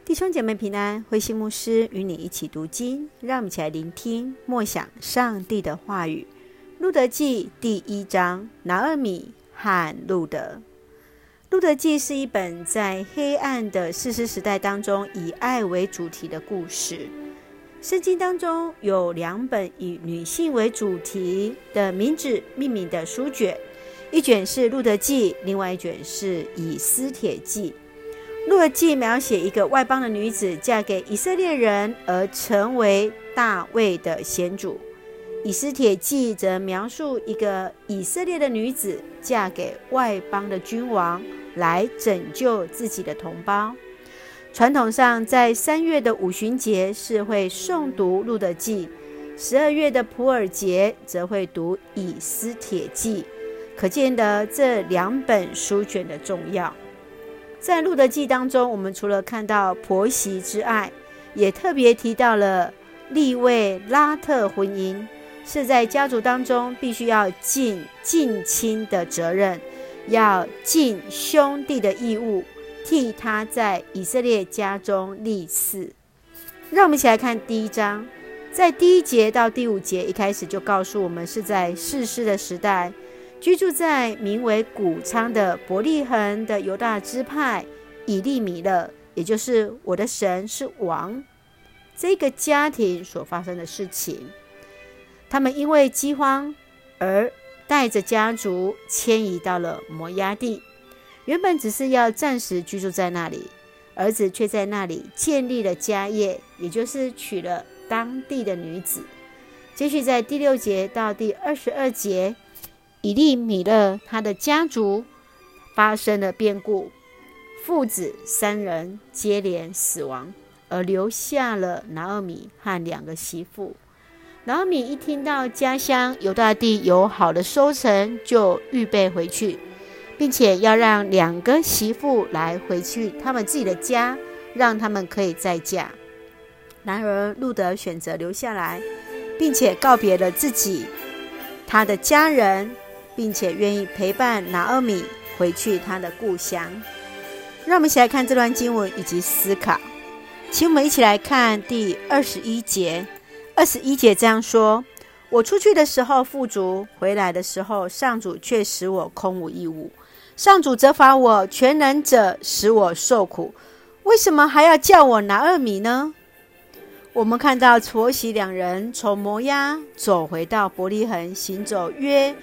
弟兄姐妹平安，慧馨牧师与你一起读经，让我们一起来聆听默想上帝的话语。路得记第1章，拿俄米和路得。路得记是一本在黑暗的士师时代当中以爱为主题的故事。圣经当中有2本以女性为主题的名字命名的书卷，一卷是路得记，另外一卷是以斯帖记。路得记描写一个外邦的女子嫁给以色列人而成为大卫的先祖，以斯帖记则描述一个以色列的女子嫁给外邦的君王来拯救自己的同胞。传统上在3月的五旬节是会诵读路得记，12月的普珥节则会读以斯帖记，可见的这2本书卷的重要。在路得记当中，我们除了看到婆媳之爱，也特别提到了利未拉特婚姻，是在家族当中必须要尽近亲的责任，要尽兄弟的义务，替他在以色列家中立嗣。让我们一起来看第1章，在第1节到第5节一开始就告诉我们，是在士师的时代，居住在名为谷仓的伯利恒的犹大支派以利米勒，也就是我的神是王，这个家庭所发生的事情。他们因为饥荒而带着家族迁移到了摩押地，原本只是要暂时居住在那里，儿子却在那里建立了家业，也就是娶了当地的女子。接续在第6节到第22节，以利米勒他的家族发生了变故，父子3人接连死亡，而留下了拿俄米和2个媳妇。拿俄米一听到家乡犹大地有好的收成，就预备回去，并且要让2个媳妇来回去他们自己的家，让他们可以再嫁。然而路得选择留下来，并且告别了自己他的家人，并且愿意陪伴拿俄米回去他的故乡。让我们一起来看这段经文以及思考。请我们一起来看第21节。21节这样说：我出去的时候富足，回来的时候上主却使我空无一物。上主责罚我，全能者使我受苦，为什么还要叫我拿俄米呢？我们看到婆媳2人从摩押走回到伯利恒，行走约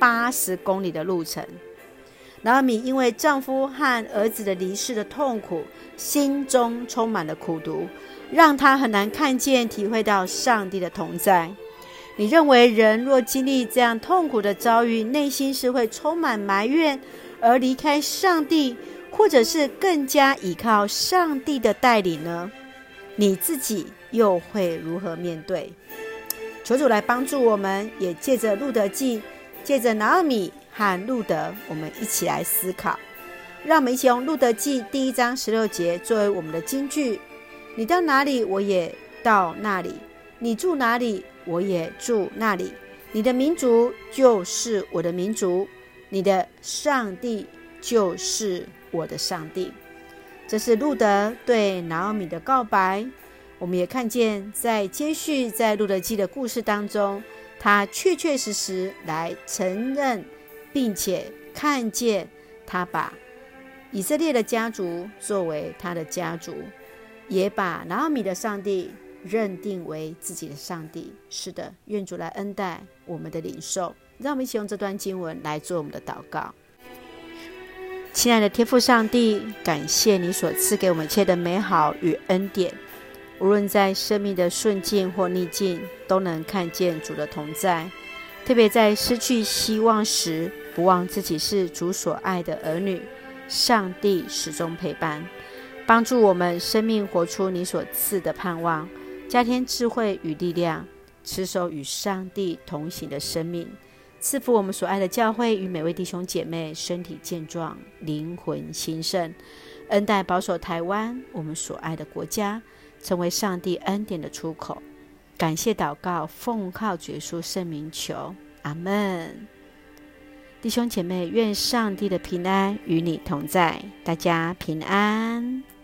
80公里的路程。拿俄米因为丈夫和儿子的离世的痛苦，心中充满了苦毒，让她很难看见体会到上帝的同在。你认为人若经历这样痛苦的遭遇，内心是会充满埋怨而离开上帝，或者是更加依靠上帝的带领呢？你自己又会如何面对？求主来帮助我们，也借着路得记，借着拿俄米和路得，我们一起来思考。让我们一起用路得记第1章16节作为我们的金句：你到哪里，我也到那里；你住哪里，我也住那里。你的民族就是我的民族，你的上帝就是我的上帝。这是路得对拿俄米的告白。我们也看见在接续在路得记的故事当中，他确确实实来承认并且看见他把以色列的家族作为他的家族，也把拿俄米的上帝认定为自己的上帝。是的，愿主来恩待我们的领受。让我们一起用这段经文来做我们的祷告。亲爱的天父上帝，感谢你所赐给我们一切的美好与恩典，无论在生命的顺境或逆境，都能看见主的同在。特别在失去希望时，不忘自己是主所爱的儿女，上帝始终陪伴，帮助我们生命活出你所赐的盼望，加添智慧与力量，持守与上帝同行的生命。赐福我们所爱的教会与每位弟兄姐妹身体健壮，灵魂兴盛，恩待保守台湾我们所爱的国家，成为上帝恩典的出口。感谢祷告，奉靠主耶稣圣名求，阿们。弟兄姐妹，愿上帝的平安与你同在，大家平安。